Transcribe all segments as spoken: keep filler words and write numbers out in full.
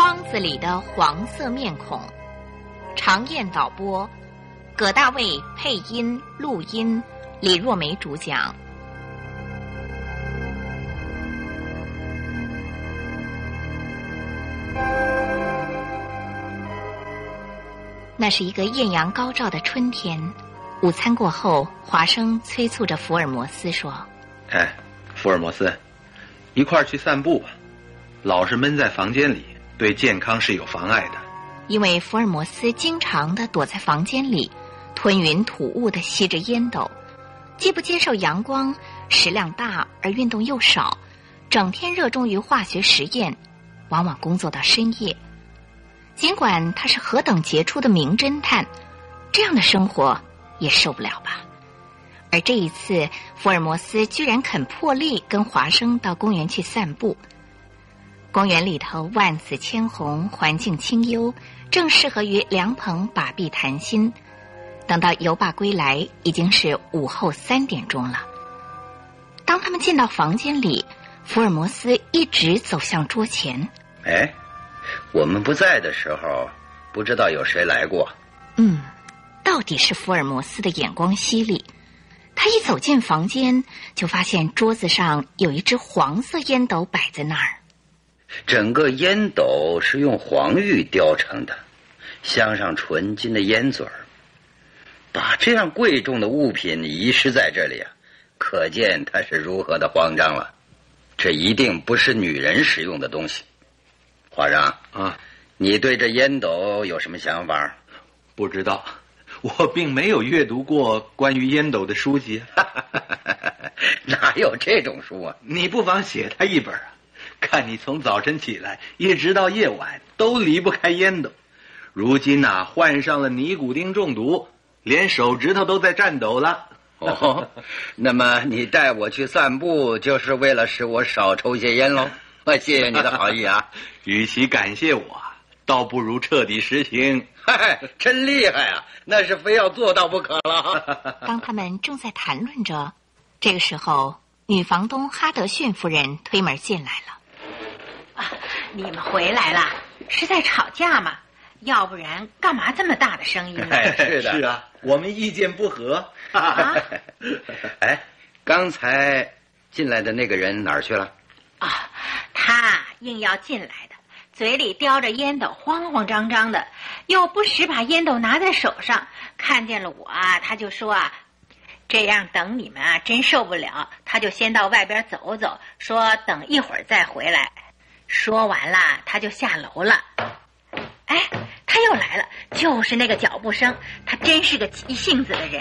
窗子里的黄色面孔，常燕导播，葛大卫配音录音，李若梅主讲。那是一个艳阳高照的春天，午餐过后，华生催促着福尔摩斯说： 哎，福尔摩斯，一块儿去散步吧，老是闷在房间里对健康是有妨碍的。 因为福尔摩斯经常地躲在房间里，吞云吐雾地吸着烟斗，既不接受阳光，食量大而运动又少，整天热衷于化学实验，往往工作到深夜。尽管他是何等杰出的名侦探，这样的生活也受不了吧。而这一次，福尔摩斯居然肯破例跟华生到公园去散步。公园里头万紫千红，环境清幽，正适合于凉棚把臂谈心。等到游罢归来，已经是午后三点钟了。当他们进到房间里，福尔摩斯一直走向桌前。 哎，我们不在的时候，不知道有谁来过。 嗯，到底是福尔摩斯的眼光犀利。他一走进房间，就发现桌子上有一只黄色烟斗摆在那儿。 整个烟斗是用黄玉雕成的，镶上纯金的烟嘴儿。把这样贵重的物品遗失在这里啊，可见他是如何的慌张了。这一定不是女人使用的东西。华生啊， 你对这烟斗有什么想法？ 不知道，我并没有阅读过关于烟斗的书籍。 哪有这种书啊？ 你不妨写他一本啊！看你从早晨起来一直到夜晚都离不开烟斗，如今呐、啊，患上了尼古丁中毒，连手指头都在颤抖了。 哦，那么你带我去散步，就是为了使我少抽些烟喽？谢谢你的好意啊！ 与其感谢我，倒不如彻底实行。 嗨，真厉害啊！那是非要做到不可了。 当他们正在谈论着，这个时候，女房东哈德逊夫人推门进来了。 啊，你们回来了，是在吵架吗？要不然干嘛这么大的声音呢？ 是的， 是啊，我们意见不合。 啊， 哎，刚才进来的那个人哪儿去了？ 啊，他硬要进来的，嘴里叼着烟斗，慌慌张张的，又不时把烟斗拿在手上。看见了我啊，他就说啊，这样等你们啊真受不了，他就先到外边走走，说等一会儿再回来。说完了，他就下楼了。哎，他又来了，就是那个脚步声，他真是个急性子的人。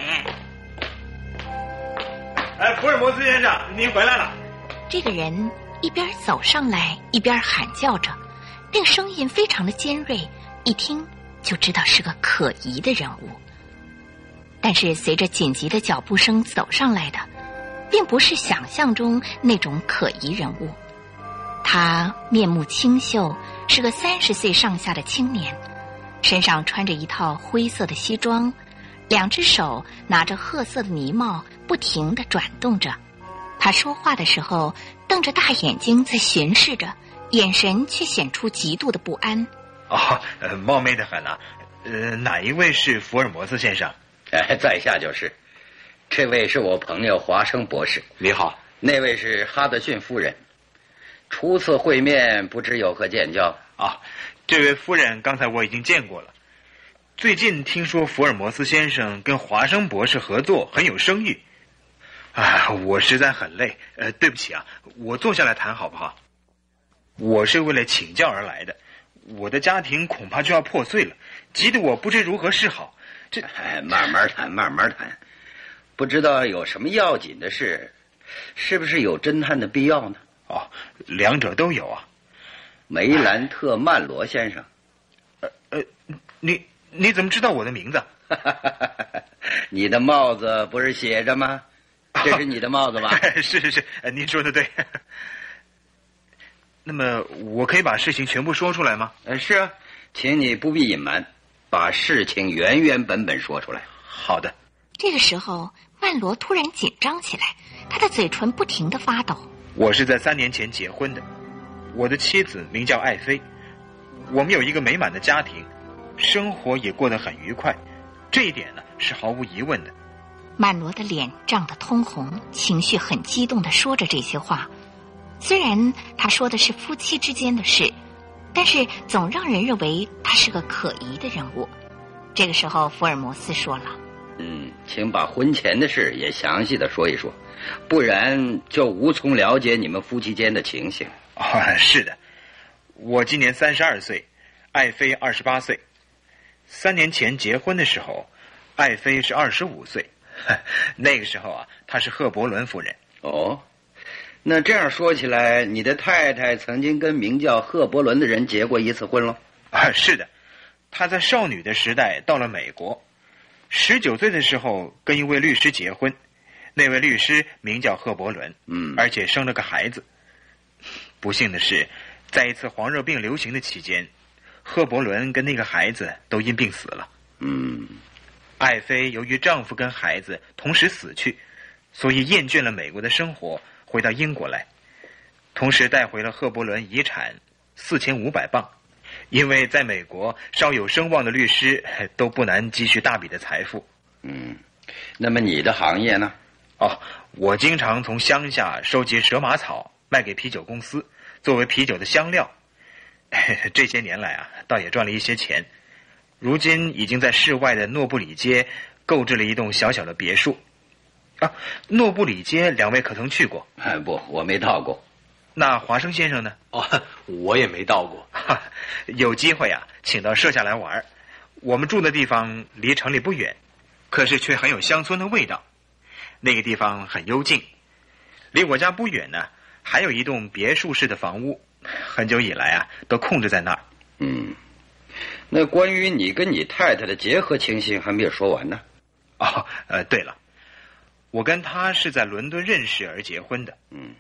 哎，福尔摩斯先生，您回来了。 这个人一边走上来，一边喊叫着，那个声音非常的尖锐，一听就知道是个可疑的人物。但是随着紧急的脚步声走上来的，并不是想象中那种可疑人物。他面目清秀，是个三十岁上下的青年，身上穿着一套灰色的西装，两只手拿着褐色的呢帽，不停地转动着。他说话的时候瞪着大眼睛在巡视着，眼神却显出极度的不安。 哦，呃，冒昧的很了、啊。呃，哪一位是福尔摩斯先生？ 哎，在下就是。这位是我朋友华生博士。 你好。 那位是哈德逊夫人。初次会面，不知有何见教？ 啊，这位夫人刚才我已经见过了。最近听说福尔摩斯先生跟华生博士合作，很有声誉。啊，我实在很累，呃，对不起啊，我坐下来谈好不好？我是为了请教而来的，我的家庭恐怕就要破碎了，急得我不知如何是好。这， 哎，慢慢谈，慢慢谈。不知道有什么要紧的事，是不是有侦探的必要呢？ 哦，两者都有啊。 梅兰特·曼罗先生。 呃呃，你你怎么知道我的名字？ 你的帽子不是写着吗？这是你的帽子吧？ 是是是，您说的对。那么我可以把事情全部说出来吗？ 呃，是啊，请你不必隐瞒，把事情原原本本说出来。 好的。 这个时候，曼罗突然紧张起来，他的嘴唇不停地发抖。 我是在三年前结婚的，我的妻子名叫艾菲， 我们有一个美满的家庭，生活也过得很愉快，这一点呢是毫无疑问的。 曼罗的脸涨得通红，情绪很激动地说着这些话。虽然他说的是夫妻之间的事，但是总让人认为他是个可疑的人物。这个时候，福尔摩斯说了：“ 嗯，请把婚前的事也详细的说一说，不然就无从了解你们夫妻间的情形。” 哦，是的，我今年三十二岁，爱妃二十八岁。三年前结婚的时候，爱妃是二十五岁。那个时候啊，她是赫伯伦夫人。 哦，那这样说起来，你的太太曾经跟名叫赫伯伦的人结过一次婚喽？ 啊，是的，她在少女的时代到了美国，十九岁的时候跟一位律师结婚，那位律师名叫赫伯伦， 嗯， 而且生了个孩子。不幸的是，在一次黄热病流行的期间，赫伯伦跟那个孩子都因病死了。 嗯。 爱妃由于丈夫跟孩子同时死去，所以厌倦了美国的生活，回到英国来，同时带回了赫伯伦遗产四千五百镑。因为在美国稍有声望的律师都不难积蓄大笔的财富。 嗯，那么你的行业呢？ 哦，我经常从乡下收集蛇麻草，卖给啤酒公司，作为啤酒的香料。这些年来啊，倒也赚了一些钱。如今已经在市外的诺布里街购置了一栋小小的别墅。啊，诺布里街两位可曾去过？ 哎，不，我没到过。 那华生先生呢？ 哦，我也没到过。 哈，有机会啊，请到舍下来玩。我们住的地方离城里不远，可是却很有乡村的味道。那个地方很幽静，离我家不远呢，还有一栋别墅式的房屋，很久以来啊，都空着在那儿。 嗯。那关于你跟你太太的结合情形还没有说完呢。 哦，呃，对了，我跟她是在伦敦认识而结婚的。 嗯。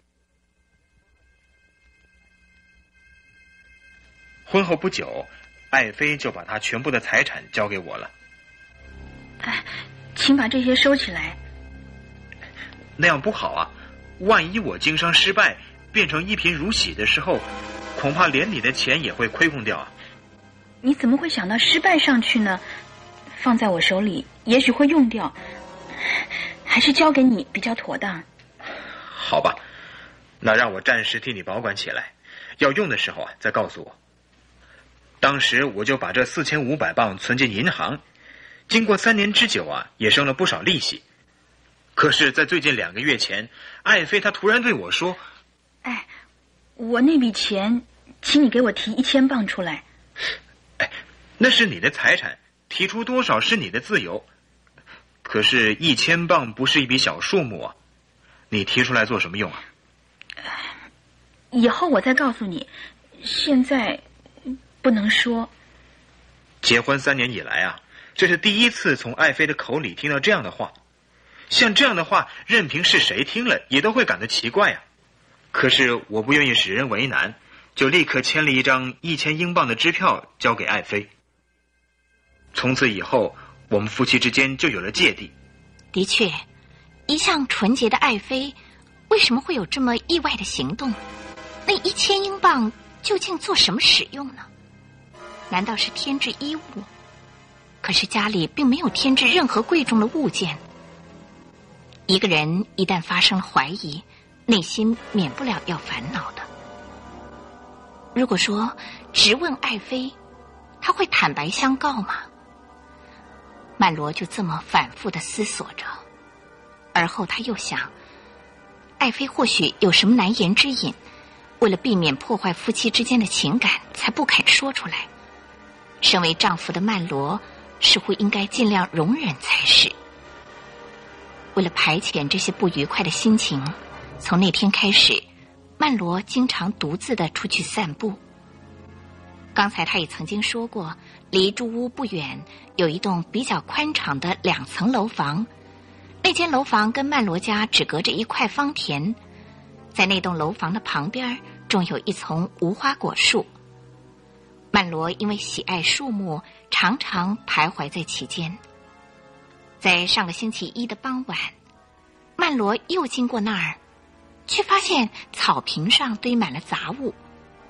婚后不久，爱妃就把她全部的财产交给我了。 哎，请把这些收起来。 那样不好啊，万一我经商失败，变成一贫如洗的时候，恐怕连你的钱也会亏空掉啊。 你怎么会想到失败上去呢？放在我手里也许会用掉，还是交给你比较妥当。 好吧，那让我暂时替你保管起来，要用的时候啊再告诉我。当时我就把这四千五百镑存进银行，经过三年之久啊，也生了不少利息。可是在最近两个月前，爱妃她突然对我说：“ 哎，我那笔钱，请你给我提一千镑出来。” 哎，那是你的财产，提出多少是你的自由。可是，一千镑不是一笔小数目啊，你提出来做什么用啊？ 以后我再告诉你，现在不能说。 结婚三年以来啊，这是第一次从爱妃的口里听到这样的话。像这样的话，任凭是谁听了，也都会感到奇怪啊。可是我不愿意使人为难，就立刻签了一张一千英镑的支票交给爱妃。从此以后，我们夫妻之间就有了芥蒂。 的确，一向纯洁的爱妃，为什么会有这么意外的行动？那一千英镑究竟做什么使用呢？难道是添置衣物？可是家里并没有添置任何贵重的物件。一个人一旦发生了怀疑，内心免不了要烦恼的。如果说直问爱妃，他会坦白相告吗？曼罗就这么反复地思索着，而后他又想，爱妃或许有什么难言之隐，为了避免破坏夫妻之间的情感，才不肯说出来。身为丈夫的曼罗似乎应该尽量容忍才是。为了排遣这些不愉快的心情，从那天开始，曼罗经常独自地出去散步。刚才他也曾经说过，离住屋不远有一栋比较宽敞的两层楼房，那间楼房跟曼罗家只隔着一块方田，在那栋楼房的旁边种有一丛无花果树。曼罗因为喜爱树木，常常徘徊在其间。在上个星期一的傍晚，曼罗又经过那儿，却发现草坪上堆满了杂物。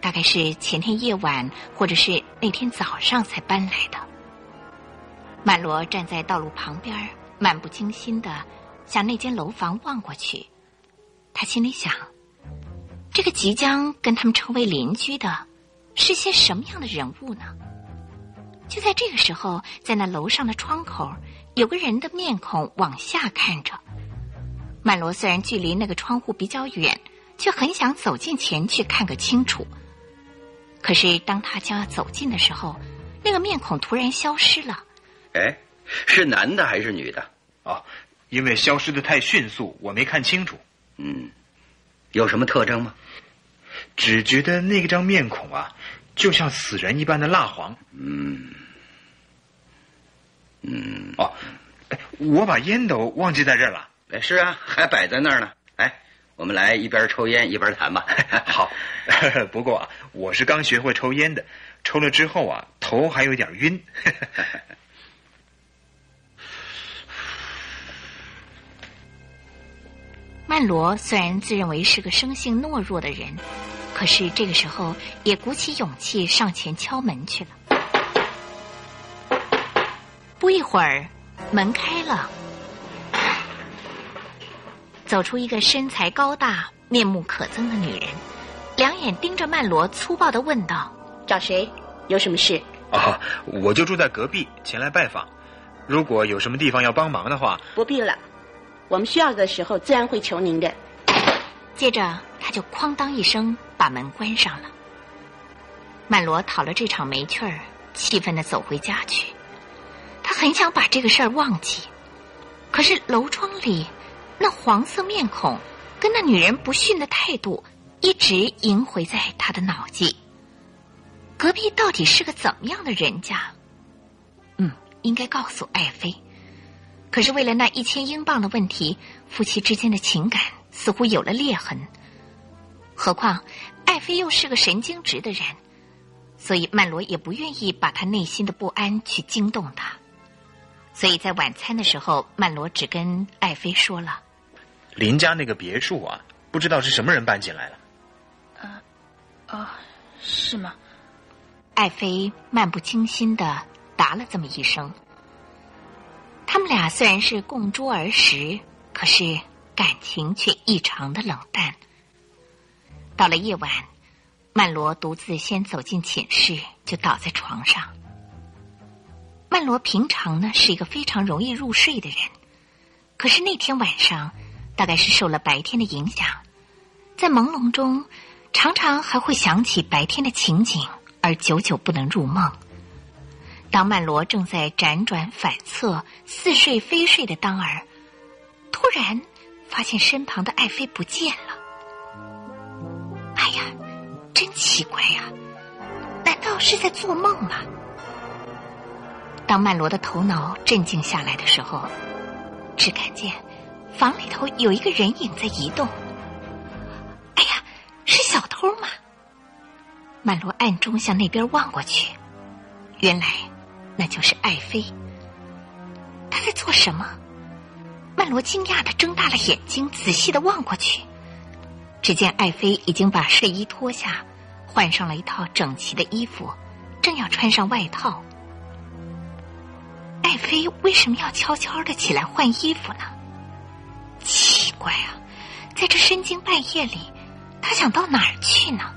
大概是前天夜晚或者是那天早上才搬来的。曼罗站在道路旁边，漫不经心地向那间楼房望过去。他心里想，这个即将跟他们成为邻居的是些什么样的人物呢？就在这个时候，在那楼上的窗口，有个人的面孔往下看着。曼罗虽然距离那个窗户比较远，却很想走近前去看个清楚。可是当他将要走近的时候，那个面孔突然消失了。 哎，是男的还是女的？ 哦，因为消失的太迅速，我没看清楚。 嗯，有什么特征吗？ 只觉得那张面孔啊，就像死人一般的蜡黄。 嗯嗯， 哦，哎，我把烟斗忘记在这儿了。 哎，是啊，还摆在那儿呢。哎，我们来一边抽烟一边谈吧。 好，不过啊，我是刚学会抽烟的，抽了之后啊，头还有点晕。 曼罗虽然自认为是个生性懦弱的人，可是这个时候也鼓起勇气上前敲门去了。不一会儿，门开了，走出一个身材高大、面目可憎的女人，两眼盯着曼罗，粗暴地问道：“ 找谁？有什么事？” 哦，我就住在隔壁，前来拜访。如果有什么地方要帮忙的话， 不必了。我们需要的时候自然会求您的。 接着他就哐当一声把门关上了。曼罗讨了这场没趣儿，气愤地走回家去。他很想把这个事儿忘记，可是楼窗里那黄色面孔跟那女人不逊的态度一直萦回在他的脑际。隔壁到底是个怎么样的人家？嗯，应该告诉爱妃。可是为了那一千英镑的问题，夫妻之间的情感似乎有了裂痕。何况爱妃又是个神经质的人，所以曼罗也不愿意把他内心的不安去惊动他。所以在晚餐的时候，曼罗只跟爱妃说了：“ 邻家那个别墅啊，不知道是什么人搬进来了。” 啊，哦，是吗？ 爱妃漫不经心地答了这么一声。他们俩虽然是共桌而食，可是感情却异常的冷淡。到了夜晚，曼罗独自先走进寝室，就倒在床上。曼罗平常呢是一个非常容易入睡的人，可是那天晚上大概是受了白天的影响，在朦胧中常常还会想起白天的情景，而久久不能入梦。当曼罗正在辗转反侧、似睡非睡的当儿，突然发现身旁的爱妃不见了。哎呀，真奇怪呀！难道是在做梦吗？当曼罗的头脑镇静下来的时候，只看见房里头有一个人影在移动。哎呀，是小偷吗？曼罗暗中向那边望过去，原来那就是爱妃。她在做什么？曼罗惊讶地睁大了眼睛，仔细地望过去，只见爱妃已经把睡衣脱下，换上了一套整齐的衣服，正要穿上外套。爱妃为什么要悄悄地起来换衣服呢？奇怪啊，在这深更半夜里，她想到哪儿去呢？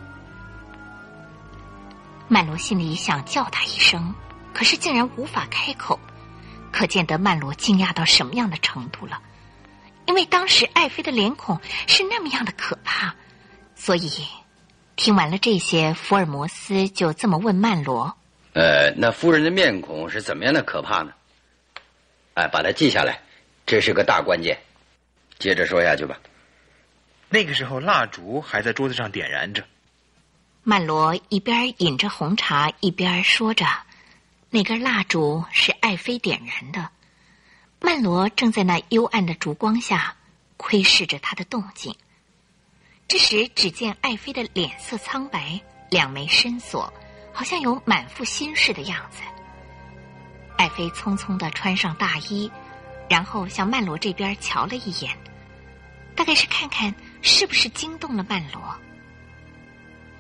曼罗心里想叫他一声，可是竟然无法开口，可见得曼罗惊讶到什么样的程度了。因为当时爱妃的脸孔是那么样的可怕，所以听完了这些，福尔摩斯就这么问曼罗： 呃，那夫人的面孔是怎么样的可怕呢？哎，把它记下来，这是个大关键。接着说下去吧。 那个时候蜡烛还在桌子上点燃着。 曼罗一边饮着红茶，一边说着，那根蜡烛是爱妃点燃的。曼罗正在那幽暗的烛光下窥视着他的动静。这时只见爱妃的脸色苍白，两眉深锁，好像有满腹心事的样子。爱妃匆匆地穿上大衣，然后向曼罗这边瞧了一眼，大概是看看是不是惊动了曼罗。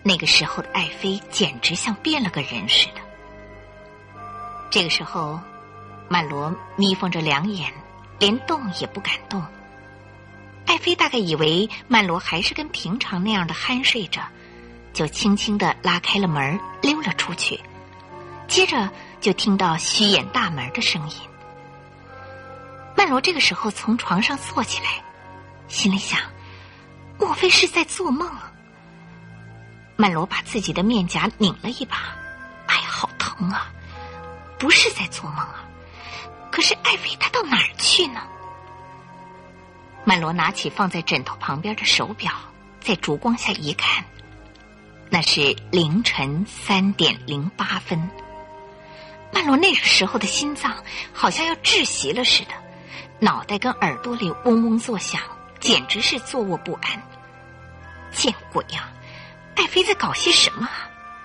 那个时候的爱妃简直像变了个人似的。这个时候，曼罗眯缝着两眼，连动也不敢动。爱妃大概以为曼罗还是跟平常那样的酣睡着，就轻轻地拉开了门，溜了出去。接着就听到虚掩大门的声音。曼罗这个时候从床上坐起来，心里想，莫非是在做梦？曼罗把自己的面颊拧了一把，哎呀，好疼啊！不是在做梦啊，可是爱妃她到哪儿去呢？曼罗拿起放在枕头旁边的手表，在烛光下一看，那是凌晨三点零八分。曼罗那个时候的心脏好像要窒息了似的，脑袋跟耳朵里嗡嗡作响，简直是坐卧不安。见鬼啊！爱妃在搞些什么啊？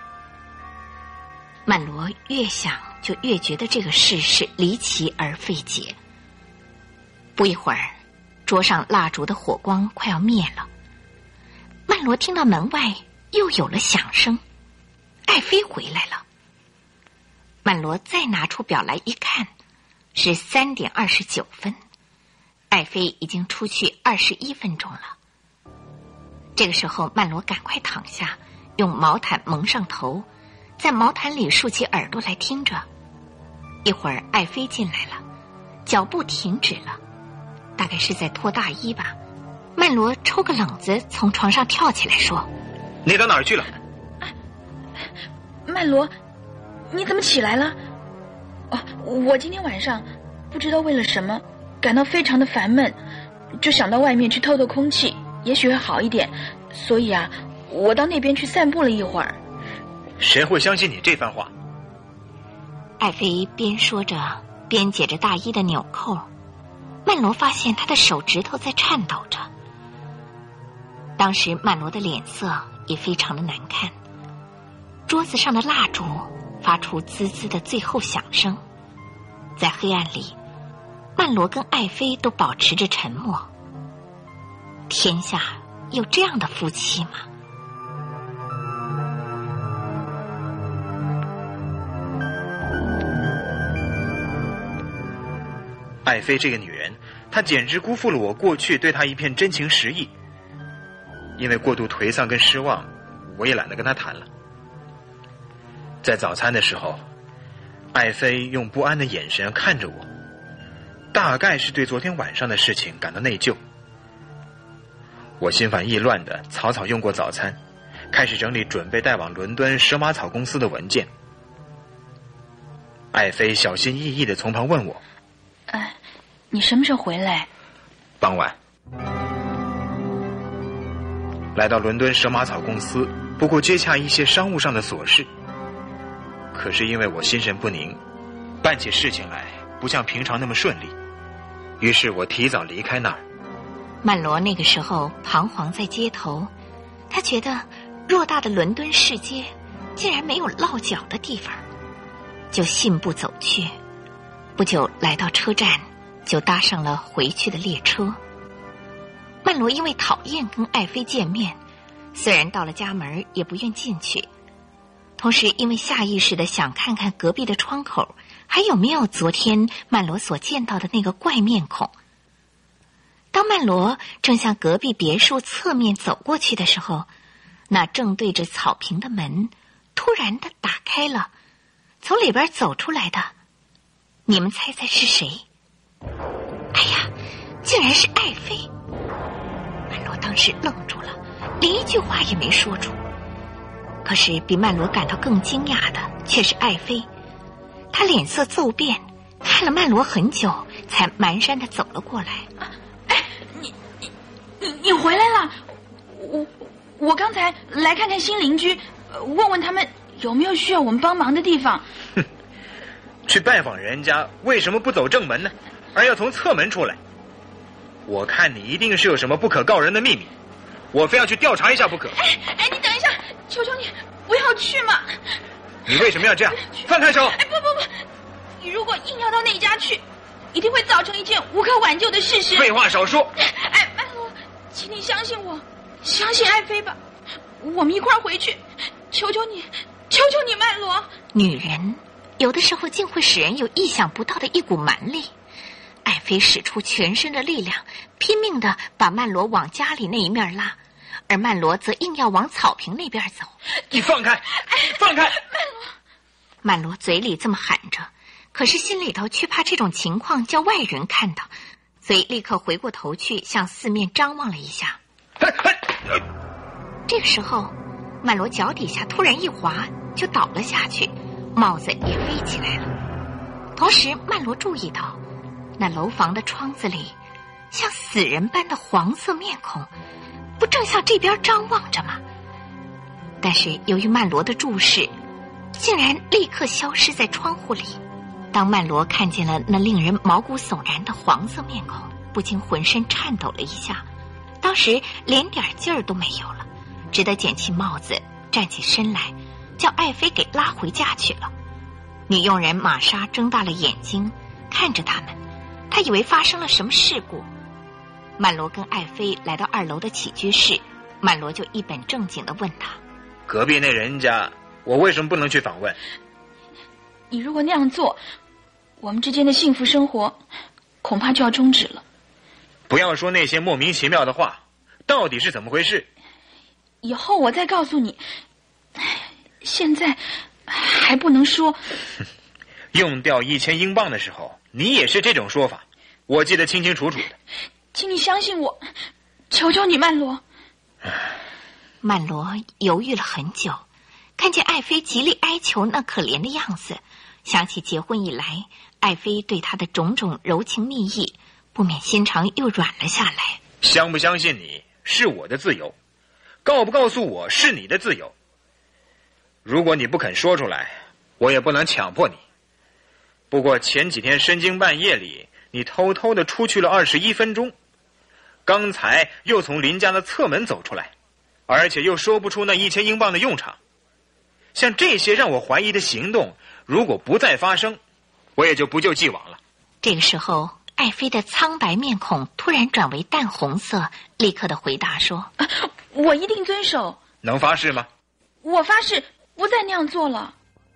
曼罗越想就越觉得这个事是离奇而费解。不一会儿，桌上蜡烛的火光快要灭了，曼罗听到门外又有了响声，爱妃回来了。曼罗再拿出表来一看，是三点二十九分，爱妃已经出去二十一分钟了。这个时候，曼罗赶快躺下，用毛毯蒙上头，在毛毯里竖起耳朵来听着。一会儿，爱妃进来了，脚步停止了，大概是在脱大衣吧。曼罗抽个冷子，从床上跳起来说：“ 你到哪儿去了？” 啊，曼罗，你怎么起来了？哦，我今天晚上不知道为了什么感到非常的烦闷，就想到外面去透透空气，也许会好一点，所以啊，我到那边去散步了一会儿。 谁会相信你这番话？ 爱妃边说着边解着大衣的纽扣，曼罗发现她的手指头在颤抖着。当时曼罗的脸色也非常的难看，桌子上的蜡烛发出滋滋的最后响声。在黑暗里，曼罗跟爱妃都保持着沉默。天下有这样的夫妻吗？ 爱妃这个女人，她简直辜负了我过去对她一片真情实意。因为过度颓丧跟失望，我也懒得跟她谈了。在早餐的时候，爱妃用不安的眼神看着我，大概是对昨天晚上的事情感到内疚。我心烦意乱的草草用过早餐，开始整理准备带往伦敦蛇马草公司的文件。爱妃小心翼翼的从旁问我：“ 哎，你什么时候回来？” 傍晚。来到伦敦蛇马草公司，不过接洽一些商务上的琐事。可是因为我心神不宁，办起事情来不像平常那么顺利，于是我提早离开那儿。 曼罗那个时候彷徨在街头，他觉得偌大的伦敦市街竟然没有落脚的地方，就信步走去。不久来到车站，就搭上了回去的列车。曼罗因为讨厌跟爱妃见面，虽然到了家门也不愿进去，同时因为下意识的想看看隔壁的窗口还有没有昨天曼罗所见到的那个怪面孔。当曼罗正向隔壁别墅侧面走过去的时候，那正对着草坪的门突然的打开了，从里边走出来的，你们猜猜是谁？哎呀，竟然是爱妃！曼罗当时愣住了，连一句话也没说出。可是比曼罗感到更惊讶的却是爱妃，她脸色骤变，看了曼罗很久，才蹒跚的走了过来。 啊，哎，你你你你回来了！我我刚才来看看新邻居，问问他们有没有需要我们帮忙的地方。 哼，去拜访人家为什么不走正门呢，而要从侧门出来？我看你一定是有什么不可告人的秘密，我非要去调查一下不可。 哎哎，你等一下，求求你不要去嘛！ 你为什么要这样？放开手！ 哎，不不不，你如果硬要到那家去，一定会造成一件无可挽救的事实。 废话少说！ 哎，曼罗，请你相信我，相信爱妃吧，我们一块儿回去， 求求你，求求你，曼罗！ 女人有的时候竟会使人有意想不到的一股蛮力。艾菲使出全身的力量，拼命地把曼罗往家里那一面拉，而曼罗则硬要往草坪那边走。 你放开，放开！ 曼罗嘴里这么喊着，可是心里头却怕这种情况叫外人看到，所以立刻回过头去向四面张望了一下。这个时候，曼罗脚底下突然一滑，就倒了下去，帽子也飞起来了。同时曼罗注意到那楼房的窗子里像死人般的黄色面孔，不正向这边张望着吗？但是由于曼罗的注视，竟然立刻消失在窗户里。当曼罗看见了那令人毛骨悚然的黄色面孔，不禁浑身颤抖了一下，当时连点劲儿都没有了，只得捡起帽子站起身来，叫艾菲给拉回家去了。女佣人玛莎睁大了眼睛看着他们，她以为发生了什么事故。曼罗跟艾菲来到二楼的起居室，曼罗就一本正经地问他： 隔壁那人家，我为什么不能去访问？ 你如果那样做，我们之间的幸福生活恐怕就要终止了。 不要说那些莫名其妙的话，到底是怎么回事？ 以后我再告诉你，现在还不能说。 用掉一千英镑的时候，你也是这种说法，我记得清清楚楚的。 请你相信我，求求你，曼罗。 曼罗犹豫了很久，看见艾菲极力哀求那可怜的样子，想起结婚以来艾菲对他的种种柔情蜜意，不免心肠又软了下来。 相不相信你是我的自由，告不告诉我是你的自由。如果你不肯说出来，我也不能强迫你。不过前几天深更半夜里，你偷偷的出去了二十一分钟，刚才又从邻家的侧门走出来，而且又说不出那一千英镑的用场。像这些让我怀疑的行动，如果不再发生，我也就不救既往了。 这个时候，艾菲的苍白面孔突然转为淡红色，立刻的回答说： 啊，我一定遵守。 能发誓吗？ 我发誓不再那样做了。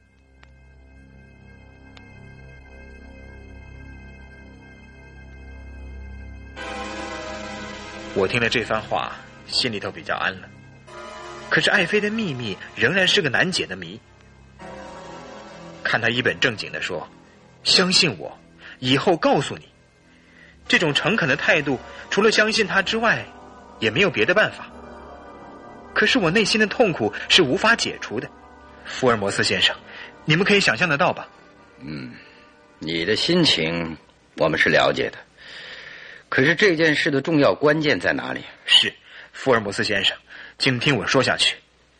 我听了这番话，心里头比较安了。可是艾菲的秘密仍然是个难解的谜。看他一本正经地说，相信我，以后告诉你。这种诚恳的态度，除了相信他之外，也没有别的办法。可是我内心的痛苦是无法解除的。福尔摩斯先生，你们可以想象得到吧？ 嗯，你的心情我们是了解的。可是这件事的重要关键在哪里？ 是，福尔摩斯先生，请听我说下去。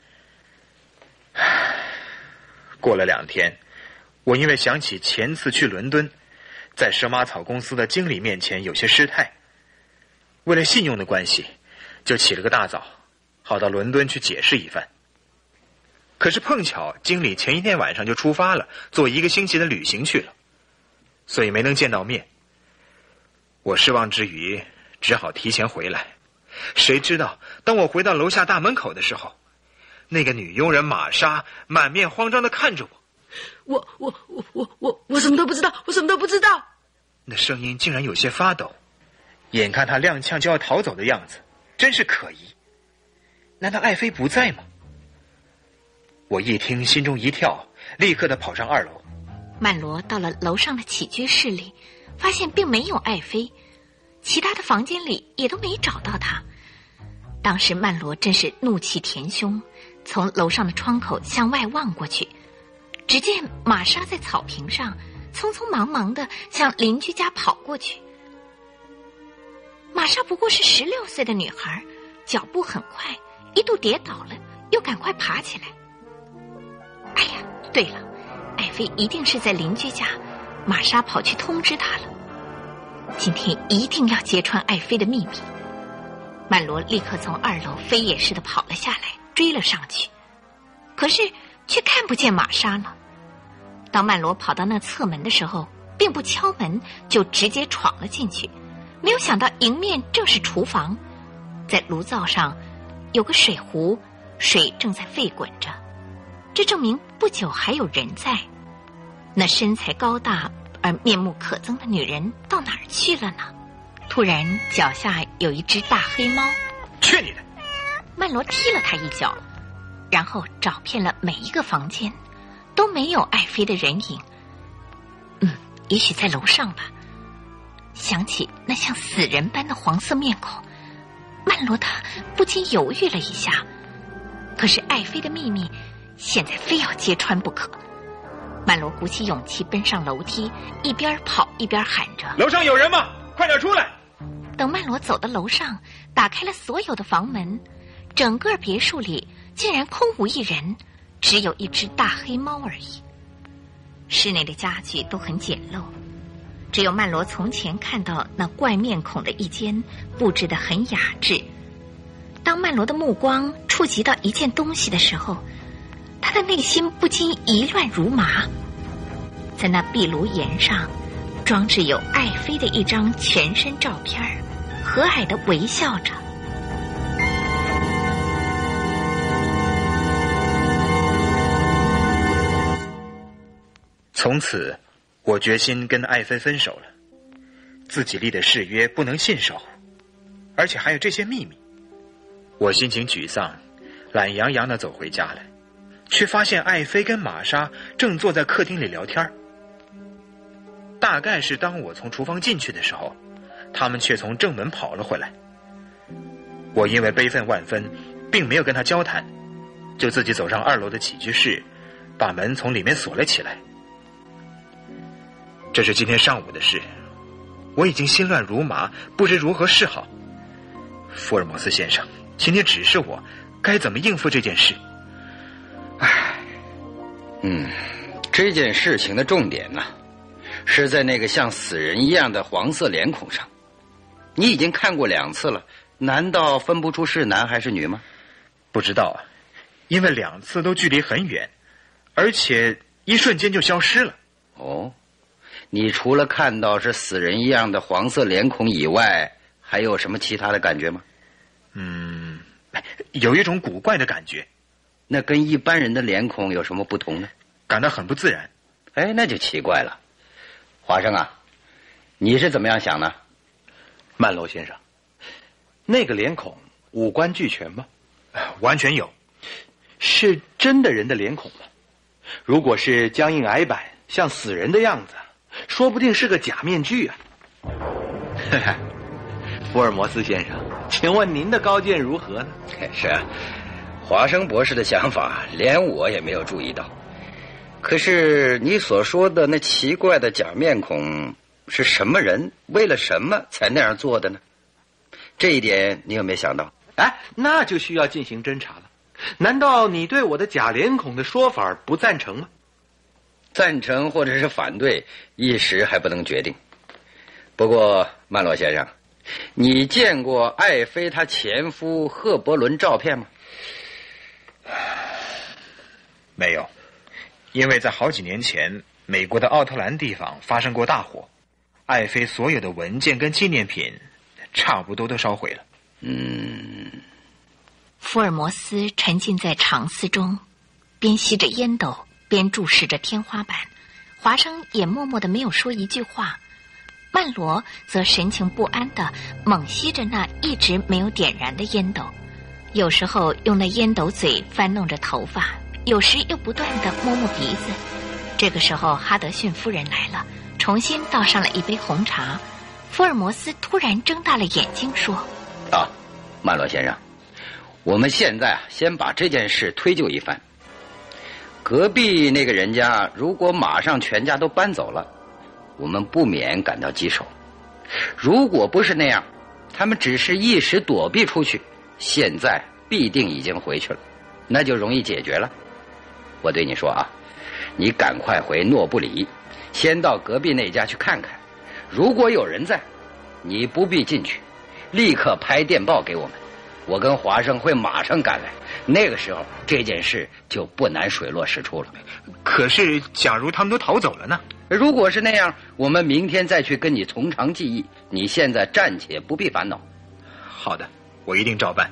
过了两天，我因为想起前次去伦敦，在蛇麻草公司的经理面前有些失态，为了信用的关系，就起了个大早，好到伦敦去解释一番。可是碰巧经理前一天晚上就出发了，做一个星期的旅行去了，所以没能见到面。我失望之余，只好提前回来。谁知道当我回到楼下大门口的时候，那个女佣人玛莎满面慌张地看着我。 我我我我我我什么都不知道，我什么都不知道。 那声音竟然有些发抖，眼看她踉跄就要逃走的样子，真是可疑。难道艾菲不在吗？我一听心中一跳，立刻地跑上二楼。 曼罗到了楼上的起居室里，发现并没有艾菲，其他的房间里也都没找到她。当时曼罗真是怒气填胸，从楼上的窗口向外望过去，只见玛莎在草坪上匆匆忙忙地向邻居家跑过去。玛莎不过是十六岁的女孩，脚步很快，一度跌倒了，又赶快爬起来。哎呀，对了，艾菲一定是在邻居家，玛莎跑去通知她了。今天一定要揭穿艾菲的秘密。曼罗立刻从二楼飞也似的跑了下来，追了上去，可是却看不见玛莎了。当曼罗跑到那侧门的时候，并不敲门，就直接闯了进去。没有想到迎面正是厨房，在炉灶上有个水壶，水正在沸滚着。 这证明不久还有人在。那身材高大而面目可憎的女人到哪儿去了呢？突然脚下有一只大黑猫。 去你的！ 曼罗踢了他一脚，然后找遍了每一个房间，都没有爱妃的人影。嗯，也许在楼上吧。想起那像死人般的黄色面孔，曼罗他不禁犹豫了一下。可是爱妃的秘密现在非要揭穿不可。曼罗鼓起勇气奔上楼梯，一边跑一边喊着： 楼上有人吗？快点出来！ 等曼罗走到楼上，打开了所有的房门，整个别墅里竟然空无一人，只有一只大黑猫而已。室内的家具都很简陋，只有曼罗从前看到那怪面孔的一间布置得很雅致。当曼罗的目光触及到一件东西的时候，他的内心不禁一乱如麻。在那壁炉沿上装置有爱妃的一张全身照片，和蔼地微笑着。 从此我决心跟爱妃分手了，自己立的誓约不能信守，而且还有这些秘密。我心情沮丧，懒洋洋地走回家来，却发现爱妃跟玛莎正坐在客厅里聊天。大概是当我从厨房进去的时候，他们却从正门跑了回来。我因为悲愤万分，并没有跟他交谈，就自己走上二楼的起居室，把门从里面锁了起来。这是今天上午的事，我已经心乱如麻，不知如何是好。福尔摩斯先生，请你指示我该怎么应付这件事。 唉，嗯，这件事情的重点呢、啊，是在那个像死人一样的黄色脸孔上。你已经看过两次了，难道分不出是男还是女吗？ 不知道啊，因为两次都距离很远，而且一瞬间就消失了。 哦，你除了看到是死人一样的黄色脸孔以外，还有什么其他的感觉吗？ 嗯，有一种古怪的感觉。 那跟一般人的脸孔有什么不同呢？ 感到很不自然。 哎，那就奇怪了。华生啊，你是怎么样想呢？ 曼罗先生，那个脸孔五官俱全吗？ 完全有。 是真的人的脸孔吗？如果是僵硬矮板像死人的样子，说不定是个假面具啊。福尔摩斯先生，请问您的高见如何呢？ 是啊，华生博士的想法连我也没有注意到。可是你所说的那奇怪的假面孔是什么人，为了什么才那样做的呢？这一点你有没有想到？ 哎，那就需要进行侦查了。难道你对我的假脸孔的说法不赞成吗？ 赞成或者是反对，一时还不能决定。不过曼罗先生，你见过爱妃她前夫赫伯伦照片吗？ 没有，因为在好几年前美国的奥特兰地方发生过大火，爱妃所有的文件跟纪念品差不多都烧毁了。 嗯， 福尔摩斯沉浸在长思中，边吸着烟斗边注视着天花板。华生也默默地没有说一句话，曼罗则神情不安地猛吸着那一直没有点燃的烟斗，有时候用那烟斗嘴翻弄着头发，有时又不断地摸摸鼻子。这个时候哈德逊夫人来了，重新倒上了一杯红茶。福尔摩斯突然睁大了眼睛说： 啊，曼罗先生，我们现在啊，先把这件事推究一番。隔壁那个人家如果马上全家都搬走了，我们不免感到棘手。如果不是那样，他们只是一时躲避出去，现在必定已经回去了，那就容易解决了。我对你说啊，你赶快回诺布里，先到隔壁那家去看看，如果有人在，你不必进去，立刻拍电报给我们，我跟华生会马上赶来，那个时候这件事就不难水落石出了。 可是假如他们都逃走了呢？ 如果是那样，我们明天再去跟你从长计议，你现在暂且不必烦恼。 好的，我一定照办。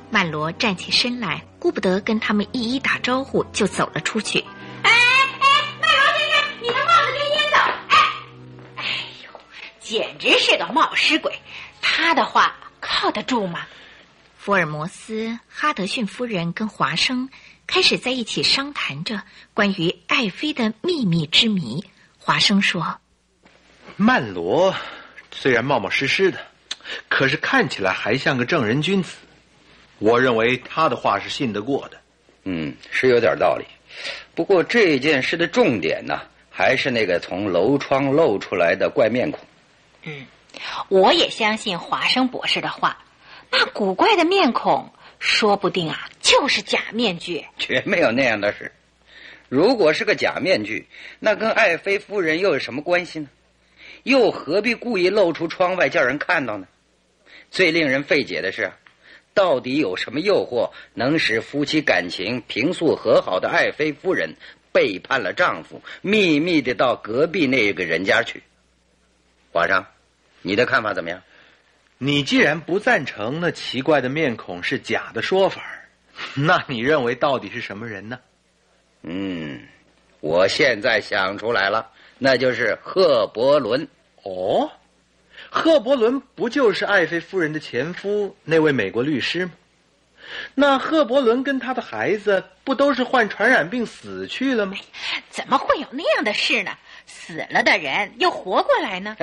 曼罗站起身来，顾不得跟他们一一打招呼，就走了出去。 哎哎，曼罗先生，你的帽子跟烟斗！哎，哎呦，简直是个冒失鬼！他的话靠得住吗？ 福尔摩斯、哈德逊夫人跟华生开始在一起商谈着关于爱妃的秘密之谜。华生说： 曼罗虽然冒冒失失的，可是看起来还像个正人君子，我认为他的话是信得过的。 嗯，是有点道理。不过这件事的重点呢，还是那个从楼窗露出来的怪面孔。 嗯，我也相信华生博士的话，那古怪的面孔说不定啊就是假面具。 绝没有那样的事。如果是个假面具，那跟爱妃夫人又有什么关系呢？又何必故意露出窗外叫人看到呢？最令人费解的是，到底有什么诱惑能使夫妻感情平素和好的爱妃夫人背叛了丈夫，秘密地到隔壁那个人家去？华生，你的看法怎么样？ 你既然不赞成那奇怪的面孔是假的说法，那你认为到底是什么人呢？ 嗯，我现在想出来了，那就是赫伯伦。 哦，赫伯伦不就是爱妃夫人的前夫那位美国律师吗？那赫伯伦跟他的孩子不都是患传染病死去了吗？ 怎么会有那样的事呢？死了的人又活过来呢？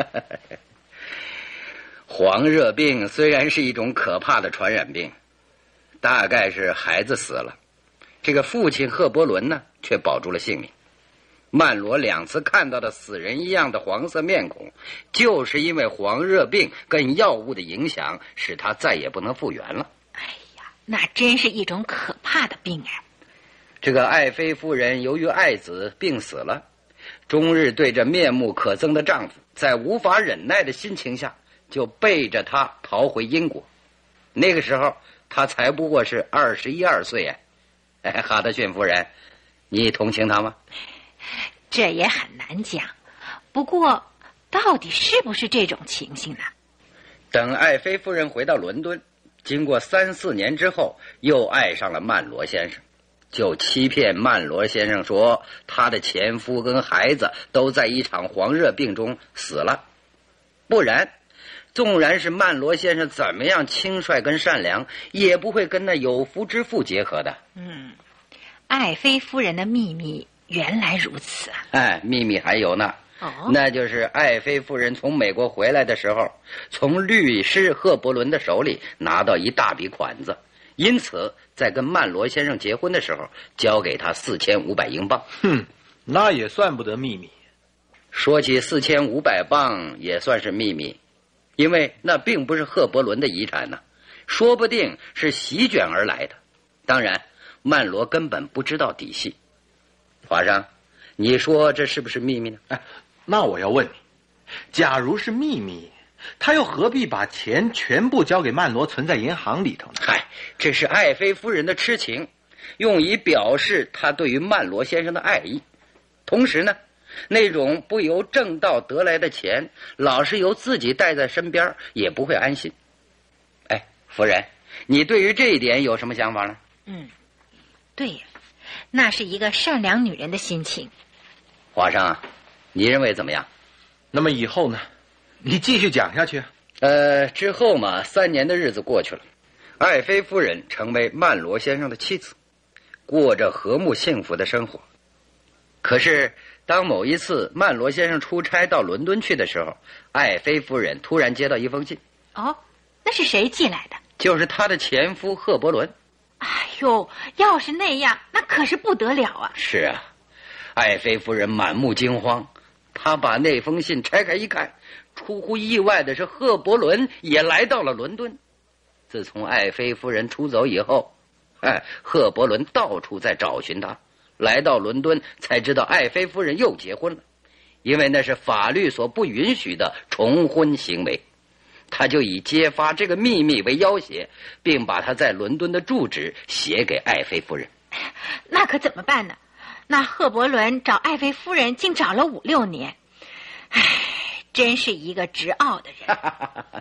黄热病虽然是一种可怕的传染病，大概是孩子死了，这个父亲赫伯伦呢却保住了性命。曼罗两次看到的死人一样的黄色面孔，就是因为黄热病跟药物的影响，使他再也不能复原了。 哎呀，那真是一种可怕的病哎！ 这个爱妃夫人由于爱子病死了，终日对着面目可憎的丈夫，在无法忍耐的心情下，就背着他逃回英国。那个时候他才不过是二十一二岁哎！哎，哈德逊夫人，你同情他吗？ 这也很难讲，不过到底是不是这种情形呢？ 等爱妃夫人回到伦敦，经过三四年之后，又爱上了曼罗先生，就欺骗曼罗先生说他的前夫跟孩子都在一场黄热病中死了。不然纵然是曼罗先生怎么样轻率跟善良，也不会跟那有夫之妇结合的。 嗯，爱妃夫人的秘密原来如此啊！ 哎，秘密还有呢。 哦， 那就是爱妃夫人从美国回来的时候，从律师赫伯伦的手里拿到一大笔款子，因此在跟曼罗先生结婚的时候，交给他四千五百英镑。 哼，那也算不得秘密。 说起四千五百镑，也算是秘密，因为那并不是赫伯伦的遗产呢，说不定是席卷而来的。当然，曼罗根本不知道底细。华生，你说这是不是秘密呢？ 哎，那我要问你，假如是秘密，他又何必把钱全部交给曼罗存在银行里头呢？ 嗨，这是爱妃夫人的痴情，用以表示他对于曼罗先生的爱意。同时呢，那种不由正道得来的钱，老是由自己带在身边，也不会安心。哎，夫人，你对于这一点有什么想法呢？ 嗯，对呀，那是一个善良女人的心情。 华生啊，你认为怎么样？ 那么以后呢？你继续讲下去。 呃，之后嘛，三年的日子过去了，爱妃夫人成为曼罗先生的妻子，过着和睦幸福的生活。可是当某一次曼罗先生出差到伦敦去的时候，爱妃夫人突然接到一封信。 哦，那是谁寄来的？ 就是她的前夫赫伯伦。 哎呦，要是那样，那可是不得了啊！ 是啊，爱妃夫人满目惊慌，她把那封信拆开一看，出乎意外的是，赫伯伦也来到了伦敦。自从爱妃夫人出走以后，哎，赫伯伦到处在找寻她，来到伦敦才知道爱妃夫人又结婚了，因为那是法律所不允许的重婚行为。他就以揭发这个秘密为要挟，并把他在伦敦的住址写给爱妃夫人。 那可怎么办呢？那赫伯伦找爱妃夫人竟找了五六年，唉，真是一个直傲的人。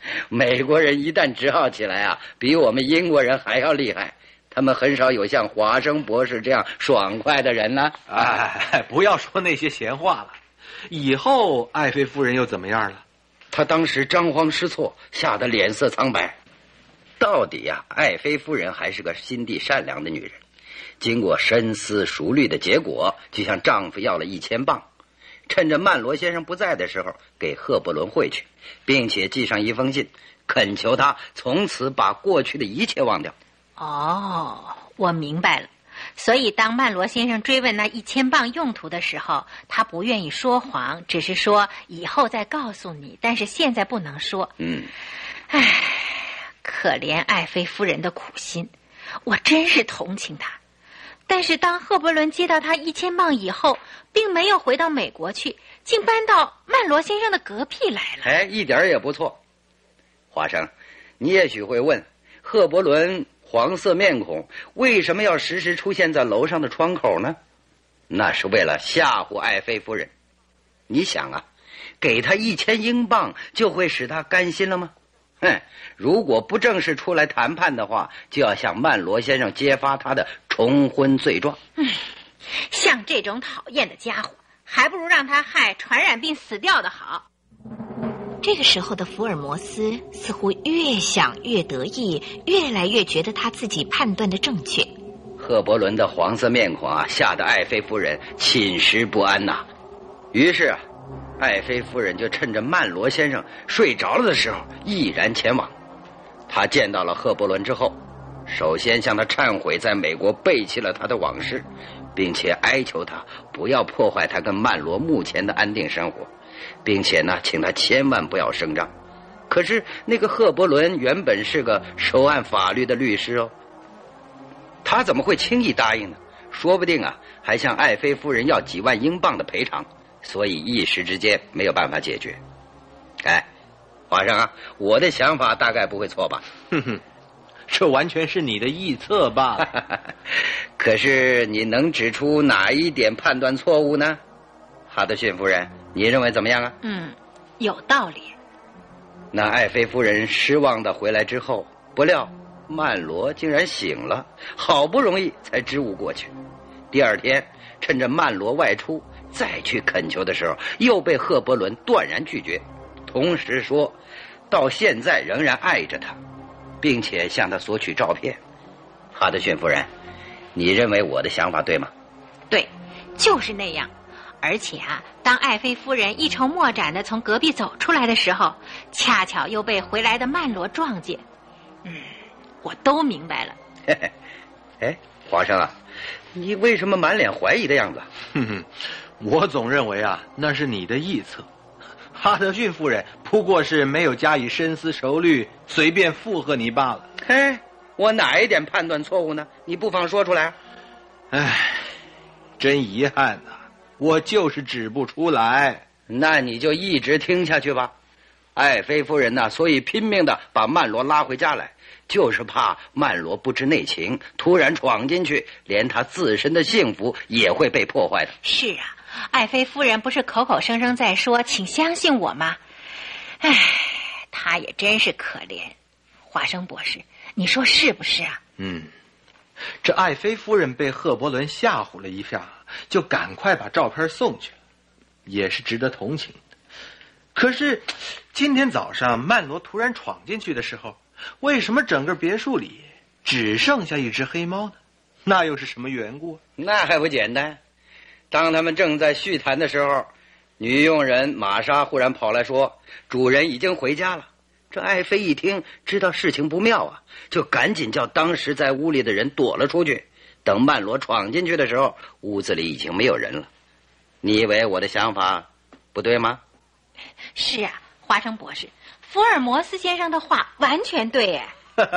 美国人一旦执拗起来啊，比我们英国人还要厉害。他们很少有像华生博士这样爽快的人呢。 哎，不要说那些闲话了。以后爱妃夫人又怎么样了？ 她当时张皇失措，吓得脸色苍白。到底呀、啊，爱妃夫人还是个心地善良的女人。经过深思熟虑的结果，就向丈夫要了一千镑，趁着曼罗先生不在的时候给赫伯伦汇去，并且寄上一封信，恳求他从此把过去的一切忘掉。 哦，我明白了。所以当曼罗先生追问那一千镑用途的时候，他不愿意说谎，只是说以后再告诉你，但是现在不能说。 嗯， 唉，可怜爱妃夫人的苦心，我真是同情她。但是当赫伯伦接到他一千镑以后，并没有回到美国去，竟搬到曼罗先生的隔壁来了。 哎，一点也不错。华生，你也许会问，赫伯伦黄色面孔为什么要时时出现在楼上的窗口呢？那是为了吓唬爱妃夫人。你想啊，给他一千英镑就会使他甘心了吗？哼，如果不正式出来谈判的话，就要向曼罗先生揭发他的重婚罪状。 嗯，像这种讨厌的家伙，还不如让他害传染病死掉的好。 这个时候的福尔摩斯似乎越想越得意，越来越觉得他自己判断的正确。 赫伯伦的黄色面孔啊，吓得爱妃夫人寝食不安呐、啊。于是啊，爱妃夫人就趁着曼罗先生睡着了的时候毅然前往。他见到了赫伯伦之后，首先向他忏悔在美国背弃了他的往事，并且哀求他不要破坏他跟曼罗目前的安定生活，并且呢，请他千万不要声张。可是那个赫伯伦原本是个熟谙法律的律师哦，他怎么会轻易答应呢？说不定啊，还向爱妃夫人要几万英镑的赔偿，所以一时之间没有办法解决。哎，华生啊，我的想法大概不会错吧？ 哼哼，这完全是你的臆测罢了。 可是你能指出哪一点判断错误呢？哈德逊夫人，你认为怎么样啊？ 嗯，有道理。 那爱妃夫人失望的回来之后，不料曼罗竟然醒了，好不容易才支吾过去。第二天，趁着曼罗外出再去恳求的时候，又被赫伯伦断然拒绝，同时说到现在仍然爱着他，并且向他索取照片。哈德逊夫人，你认为我的想法对吗？ 对，就是那样。而且啊，当爱妃夫人一筹莫展地从隔壁走出来的时候，恰巧又被回来的曼罗撞见。嗯，我都明白了。 嘿嘿，哎，华生啊，你为什么满脸怀疑的样子？ 哼哼，我总认为啊，那是你的臆测。哈德逊夫人不过是没有加以深思熟虑，随便附和你罢了。 嘿，我哪一点判断错误呢？你不妨说出来。 唉，真遗憾呐、啊，我就是指不出来。 那你就一直听下去吧。爱妃夫人呢，所以拼命的把曼罗拉回家来，就是怕曼罗不知内情，突然闯进去，连他自身的幸福也会被破坏的。 是啊，爱妃夫人不是口口声声在说请相信我吗？唉，她也真是可怜。华生博士，你说是不是啊？ 嗯，这爱妃夫人被赫伯伦吓唬了一下，就赶快把照片送去了，也是值得同情的。可是今天早上曼罗突然闯进去的时候，为什么整个别墅里只剩下一只黑猫呢？那又是什么缘故？ 那还不简单。当他们正在叙谈的时候，女佣人玛莎忽然跑来说主人已经回家了。这爱妃一听知道事情不妙啊，就赶紧叫当时在屋里的人躲了出去。等曼罗闯进去的时候，屋子里已经没有人了。你以为我的想法不对吗？ 是啊，华生博士，福尔摩斯先生的话完全对耶。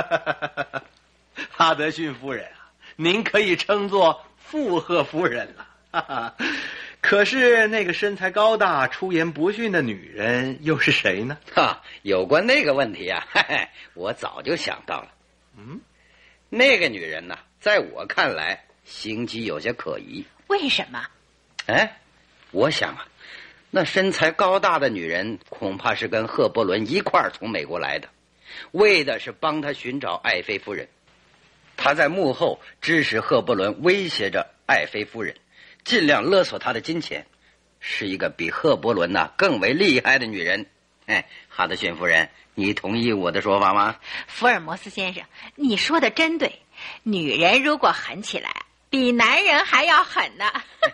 哈德逊夫人啊，您可以称作附和夫人了。可是那个身材高大、出言不逊的女人又是谁呢？ 哈，有关那个问题啊，嘿嘿，我早就想到了。 嗯， 那个女人呢，在我看来，行迹有些可疑。 为什么？ 哎，我想啊， 那身材高大的女人恐怕是跟赫伯伦一块儿从美国来的，为的是帮他寻找爱妃夫人。他在幕后指使赫伯伦威胁着爱妃夫人，尽量勒索他的金钱，是一个比赫伯伦呐更为厉害的女人。哎，哈德逊夫人，你同意我的说法吗？ 福尔摩斯先生，你说的真对，女人如果狠起来，比男人还要狠呢。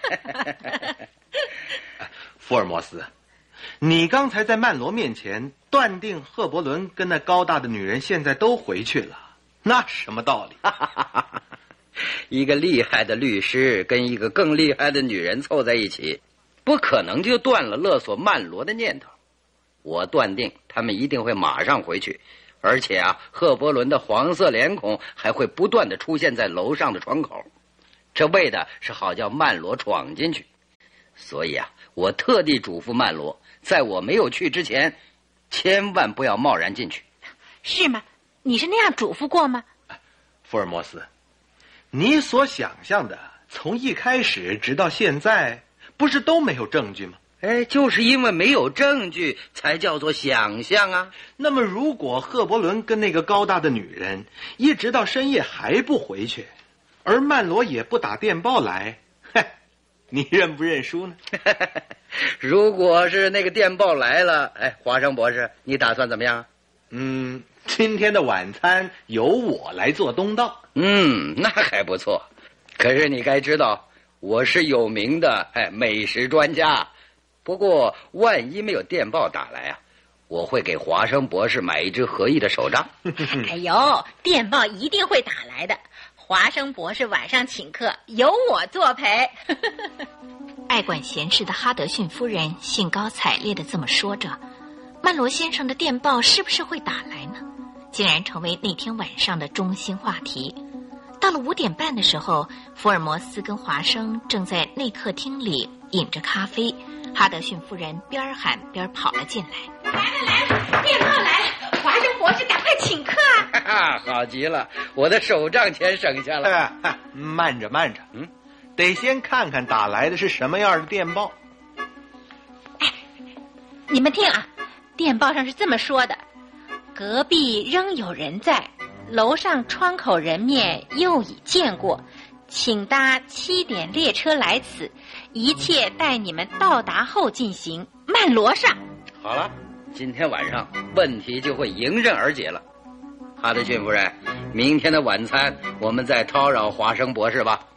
福尔摩斯，你刚才在曼罗面前断定赫伯伦跟那高大的女人现在都回去了，那什么道理？ 一个厉害的律师跟一个更厉害的女人凑在一起，不可能就断了勒索曼罗的念头。我断定他们一定会马上回去，而且啊，赫伯伦的黄色脸孔还会不断地出现在楼上的窗口，这为的是好叫曼罗闯进去。所以啊，我特地嘱咐曼罗，在我没有去之前，千万不要贸然进去。 是吗？你是那样嘱咐过吗？ 福尔摩斯，你所想象的从一开始直到现在，不是都没有证据吗？ 哎，就是因为没有证据才叫做想象啊。 那么如果赫伯伦跟那个高大的女人一直到深夜还不回去，而曼罗也不打电报来，你认不认输呢？ 如果是那个电报来了，哎，华生博士，你打算怎么样？ 嗯，今天的晚餐由我来做东道。 嗯，那还不错。可是你该知道，我是有名的哎美食专家。不过万一没有电报打来啊，我会给华生博士买一只合意的手杖。 哎呦，电报一定会打来的。华生博士晚上请客，由我作陪。 爱管闲事的哈德逊夫人兴高采烈地这么说着，曼罗先生的电报是不是会打来呢？竟然成为那天晚上的中心话题。到了五点半的时候，福尔摩斯跟华生正在内客厅里饮着咖啡，哈德逊夫人边喊边跑了进来。 来了来了，电报来了，华生博士赶快请客啊！好极了，我的手账钱省下了。 哎，慢着慢着，嗯，得先看看打来的是什么样的电报。 哎，你们听啊，电报上是这么说的：隔壁仍有人在，楼上窗口人面又已见过，请搭七点列车来此，一切待你们到达后进行。曼罗上。 好了，今天晚上问题就会迎刃而解了。哈德逊夫人，明天的晚餐我们再叨扰华生博士吧。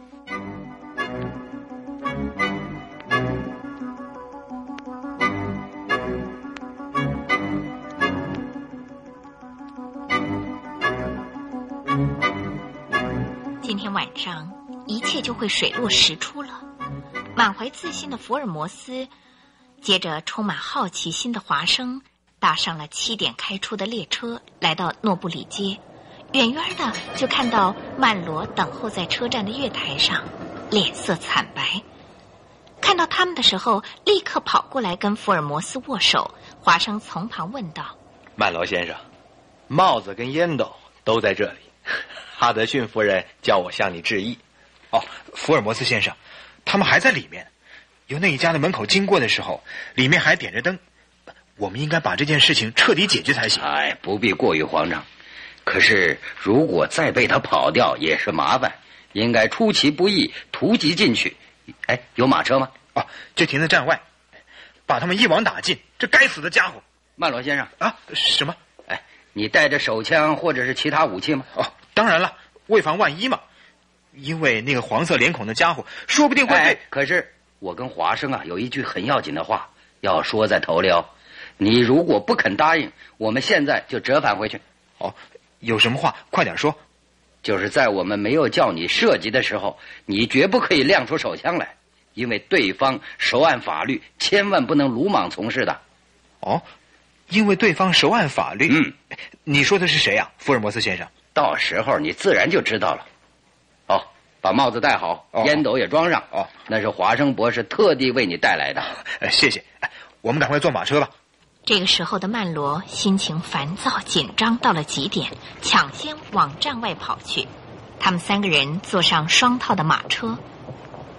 今天晚上一切就会水落石出了。满怀自信的福尔摩斯接着充满好奇心的华生搭上了七点开出的列车，来到诺布里街。远远的就看到曼罗等候在车站的月台上，脸色惨白。看到他们的时候，立刻跑过来跟福尔摩斯握手。华生从旁问道： 曼罗先生，帽子跟烟斗都在这里，哈德逊夫人叫我向你致意。 哦，福尔摩斯先生，他们还在里面。由那一家的门口经过的时候，里面还点着灯。我们应该把这件事情彻底解决才行。 哎，不必过于慌张。可是如果再被他跑掉也是麻烦，应该出其不意，突击进去。哎，有马车吗？ 哦，就停在站外，把他们一网打尽。这该死的家伙！ 曼罗先生啊，什么？ 哎，你带着手枪或者是其他武器吗？ 哦，当然了，为防万一嘛。因为那个黄色脸孔的家伙说不定会对、 哎、可是我跟华生啊有一句很要紧的话要说在头里哦。你如果不肯答应，我们现在就折返回去。 哦，有什么话快点说。 就是在我们没有叫你射击的时候，你绝不可以亮出手枪来，因为对方手按法律，千万不能鲁莽从事的。 哦，因为对方手按法律。 嗯， 你说的是谁啊，福尔摩斯先生？ 到时候你自然就知道了。哦，把帽子戴好， 哦、 烟斗也装上。 哦， 那是华生博士特地为你带来的。 呃，谢谢。我们赶快坐马车吧。 这个时候的曼罗心情烦躁紧张到了极点，抢先往站外跑去。他们三个人坐上双套的马车。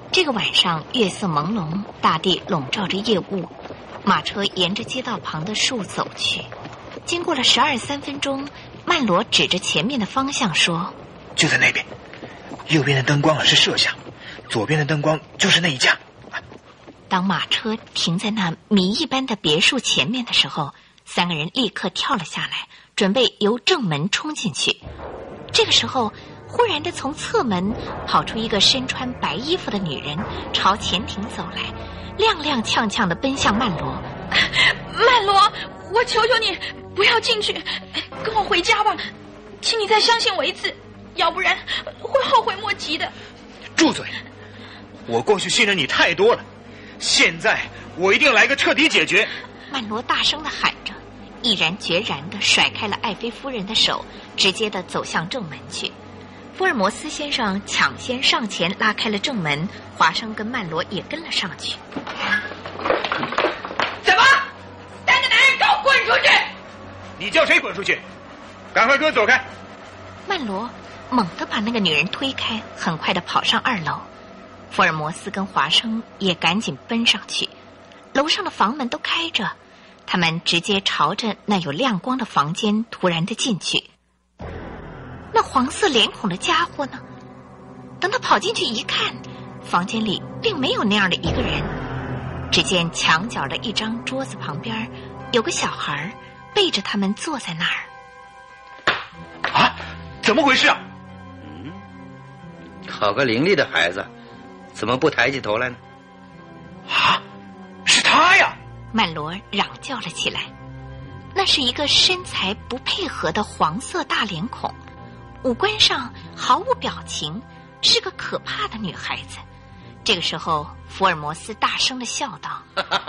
这个晚上月色朦胧，大地笼罩着夜雾，马车沿着街道旁的树走去。经过了十二三分钟，曼罗指着前面的方向说：“ 就在那边，右边的灯光是摄像，左边的灯光就是那一家。” 当马车停在那谜一般的别墅前面的时候，三个人立刻跳了下来，准备由正门冲进去。这个时候，忽然的从侧门跑出一个身穿白衣服的女人，朝前庭走来，踉踉跄跄地奔向曼罗。 曼罗，我求求你不要进去，跟我回家吧，请你再相信我一次，要不然会后悔莫及的。 住嘴！我过去信任你太多了，现在我一定来个彻底解决。 曼罗大声地喊着，毅然决然地甩开了爱妃夫人的手，直接地走向正门去。福尔摩斯先生抢先上前拉开了正门，华生跟曼罗也跟了上去。 什么？三个男人给我滚出去！ 你叫谁滚出去？赶快给我走开！ 曼罗猛地把那个女人推开，很快地跑上二楼。福尔摩斯跟华生也赶紧奔上去，楼上的房门都开着，他们直接朝着那有亮光的房间突然地进去。那黄色脸孔的家伙呢？等他跑进去一看，房间里并没有那样的一个人，只见墙角的一张桌子旁边有个小孩背着他们坐在那儿。 啊，怎么回事啊？ 嗯，好个伶俐的孩子，怎么不抬起头来呢？ 啊，是他呀！ 曼罗嚷叫了起来。那是一个身材不配合的黄色大脸孔，五官上毫无表情，是个可怕的女孩子。这个时候，福尔摩斯大声地笑道：“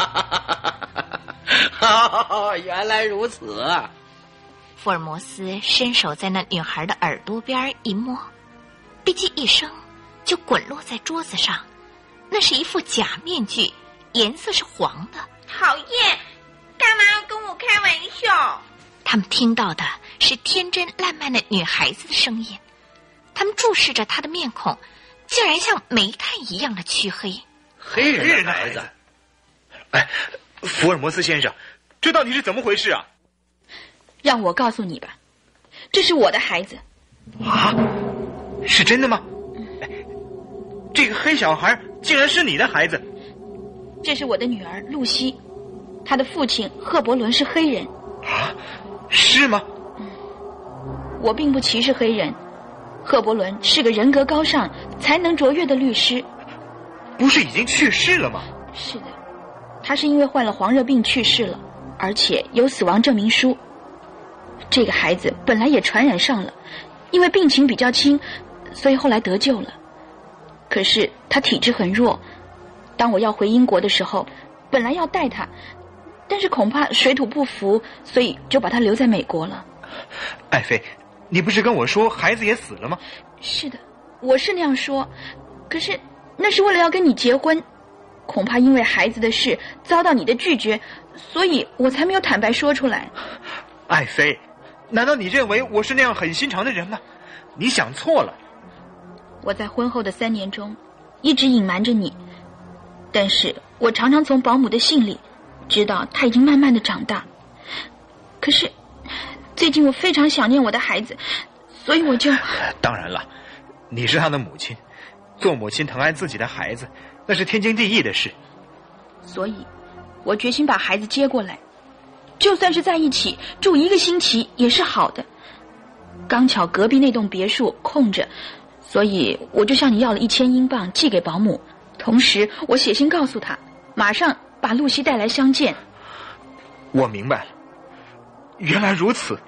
哦，原来如此啊！” 福尔摩斯伸手在那女孩的耳朵边一摸，哔叽一声就滚落在桌子上。那是一副假面具，颜色是黄的。 讨厌，干嘛要跟我开玩笑？ 他们听到的是天真烂漫的女孩子的声音，他们注视着她的面孔，竟然像煤炭一样的黢黑。 黑人的孩子。 哎，福尔摩斯先生，这到底是怎么回事啊？ 让我告诉你吧，这是我的孩子。 啊，是真的吗？哎，这个黑小孩竟然是你的孩子。 这是我的女儿露西，她的父亲赫伯伦是黑人。 啊，是吗？ 嗯，我并不歧视黑人。赫伯伦是个人格高尚、才能卓越的律师。 不是已经去世了吗？ 是的，他是因为患了黄热病去世了，而且有死亡证明书。这个孩子本来也传染上了，因为病情比较轻，所以后来得救了。可是他体质很弱，当我要回英国的时候，本来要带他，但是恐怕水土不服，所以就把他留在美国了。 爱妃，你不是跟我说孩子也死了吗？ 是的，我是那样说，可是那是为了要跟你结婚，恐怕因为孩子的事遭到你的拒绝，所以我才没有坦白说出来。 爱妃，难道你认为我是那样狠心肠的人吗？你想错了。 我在婚后的三年中一直隐瞒着你，但是我常常从保姆的信里知道他已经慢慢的长大。可是最近我非常想念我的孩子，所以我就…… 当然了，你是他的母亲，做母亲疼爱自己的孩子，那是天经地义的事。 所以我决心把孩子接过来，就算是在一起住一个星期也是好的。刚巧隔壁那栋别墅空着，所以我就向你要了一千英镑寄给保姆，同时我写信告诉他，马上把露西带来相见。 我明白了，原来如此。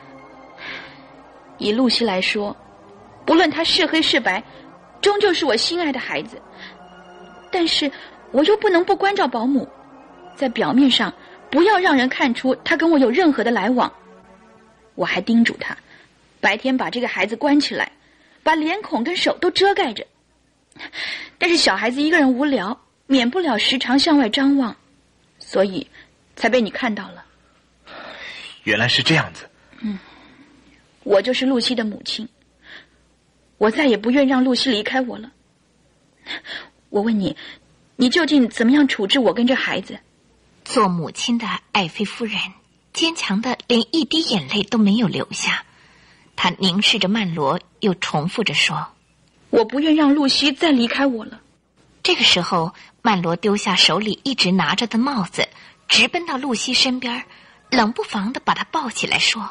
以露西来说，不论她是黑是白，终究是我心爱的孩子。但是我又不能不关照保姆，在表面上不要让人看出她跟我有任何的来往。我还叮嘱她，白天把这个孩子关起来，把脸孔跟手都遮盖着。但是小孩子一个人无聊，免不了时常向外张望，所以才被你看到了。 原来是这样子。 嗯，我就是露西的母亲，我再也不愿让露西离开我了。 我问你，你究竟怎么样处置我跟这孩子？ 做母亲的爱妃夫人坚强的连一滴眼泪都没有流下，她凝视着曼罗，又重复着说： 我不愿让露西再离开我了。 这个时候，曼罗丢下手里一直拿着的帽子，直奔到露西身边，冷不防地把她抱起来说：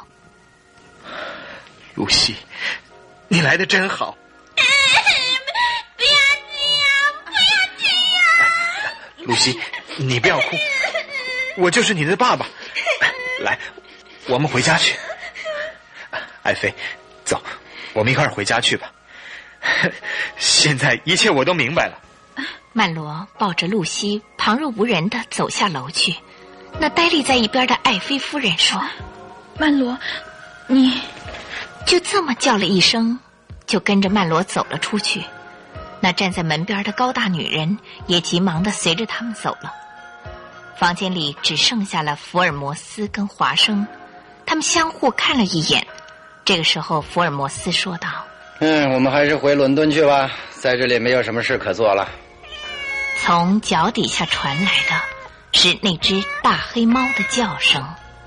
露西，你来的真好。 不要这样，不要这样。 露西，你不要哭，我就是你的爸爸。来，我们回家去。爱妃，走，我们一块儿回家去吧。现在一切我都明白了。 曼罗抱着露西，旁若无人地走下楼去。那呆立在一边的爱妃夫人说： 曼罗，你…… 就这么叫了一声，就跟着曼罗走了出去。那站在门边的高大女人也急忙地随着他们走了。房间里只剩下了福尔摩斯跟华生，他们相互看了一眼。这个时候，福尔摩斯说道： 嗯，我们还是回伦敦去吧，在这里没有什么事可做了。 从脚底下传来的是那只大黑猫的叫声。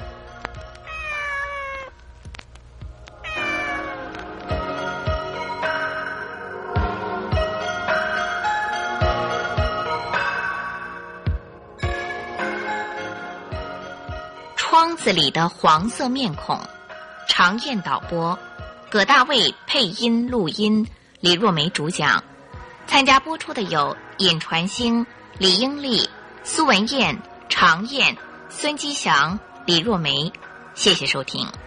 窗子里的黄色面孔，常燕导播，葛大卫配音录音，李若梅主讲。参加播出的有尹传星、李英丽、苏文燕、常燕、孙基祥、李若梅。谢谢收听。